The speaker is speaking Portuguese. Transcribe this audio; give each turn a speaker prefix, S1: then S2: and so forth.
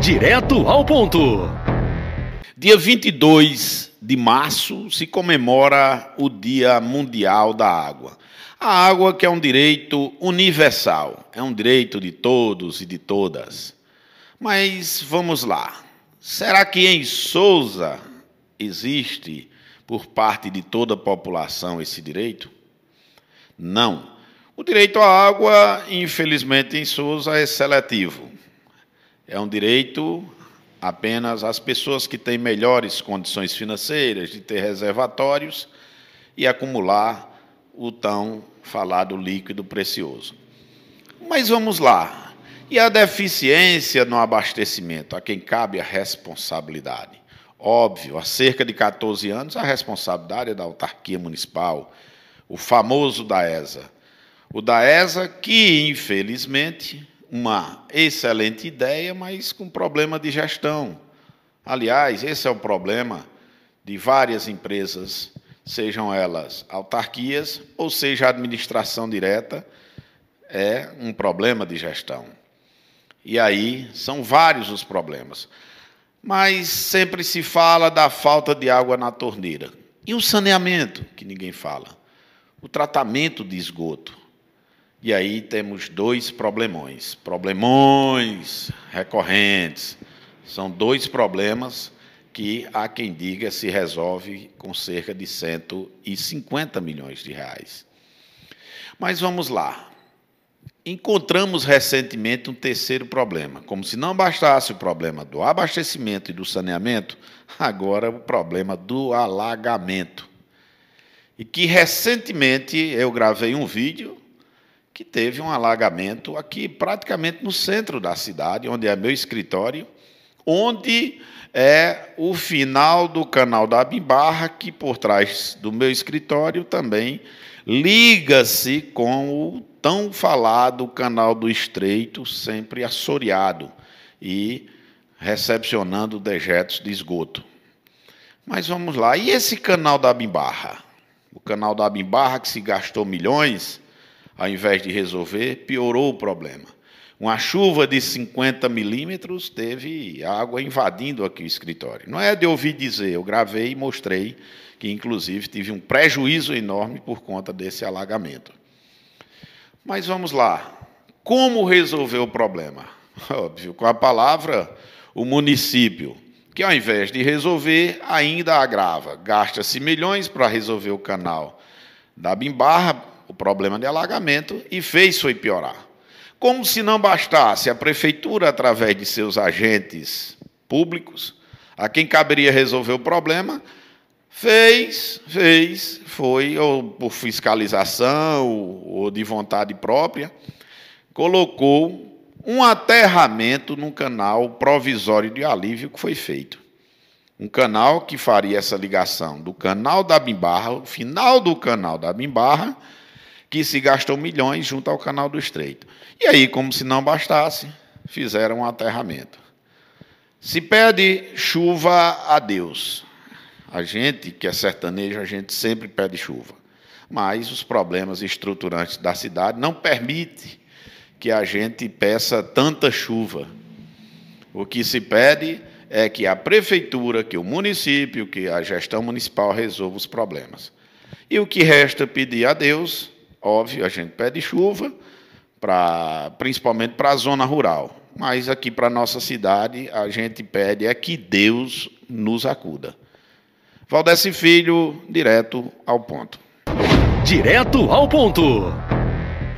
S1: Direto ao ponto.
S2: Dia 22 de março se comemora o Dia Mundial da Água. A água que é um direito universal, é um direito de todos e de todas. Mas vamos lá, será que em Sousa existe por parte de toda a população esse direito? Não. O direito à água, infelizmente, em Sousa é seletivo. É um direito apenas às pessoas que têm melhores condições financeiras de ter reservatórios e acumular o tão falado líquido precioso. Mas vamos lá. E a deficiência no abastecimento? A quem cabe a responsabilidade? Óbvio, há cerca de 14 anos, a responsabilidade é da autarquia municipal, o famoso DAESA. O DAESA que, infelizmente, uma excelente ideia, mas com problema de gestão. Aliás, esse é o problema de várias empresas, sejam elas autarquias ou seja a administração direta, é um problema de gestão. E aí são vários os problemas. Mas sempre se fala da falta de água na torneira. E o saneamento, que ninguém fala. O tratamento de esgoto. E aí temos dois problemões recorrentes. São dois problemas que há quem diga se resolve com cerca de 150 milhões de reais. Mas vamos lá. Encontramos recentemente um terceiro problema. Como se não bastasse o problema do abastecimento e do saneamento, agora o problema do alagamento. E que recentemente eu gravei um vídeo que teve um alagamento aqui praticamente no centro da cidade, onde é meu escritório, onde é o final do canal da Abimbarra, que por trás do meu escritório também liga-se com o tão falado canal do Estreito, sempre assoreado e recepcionando dejetos de esgoto. Mas vamos lá, e esse canal da Abimbarra? O canal da Abimbarra que se gastou milhões, ao invés de resolver, piorou o problema. Uma chuva de 50 milímetros teve água invadindo aqui o escritório. Não é de ouvir dizer, eu gravei e mostrei que, inclusive, tive um prejuízo enorme por conta desse alagamento. Mas vamos lá. Como resolver o problema? Óbvio, com a palavra, o município, que ao invés de resolver, ainda agrava. Gasta-se milhões para resolver o canal da Abimbarra, o problema de alagamento, e foi piorar. Como se não bastasse, a prefeitura, através de seus agentes públicos, a quem caberia resolver o problema, foi, ou por fiscalização, ou de vontade própria, colocou um aterramento num canal provisório de alívio que foi feito. Um canal que faria essa ligação do canal da Abimbarra, o final do canal da Abimbarra, que se gastou milhões junto ao canal do Estreito. E aí, como se não bastasse, fizeram um aterramento. Se pede chuva a Deus. A gente, que é sertanejo, a gente sempre pede chuva. Mas os problemas estruturantes da cidade não permitem que a gente peça tanta chuva. O que se pede é que a prefeitura, que o município, que a gestão municipal resolva os problemas. E o que resta pedir a Deus, óbvio, a gente pede chuva, principalmente para a zona rural. Mas aqui para a nossa cidade, a gente pede é que Deus nos acuda. Valdeci Filho, direto ao ponto.
S1: Direto ao ponto.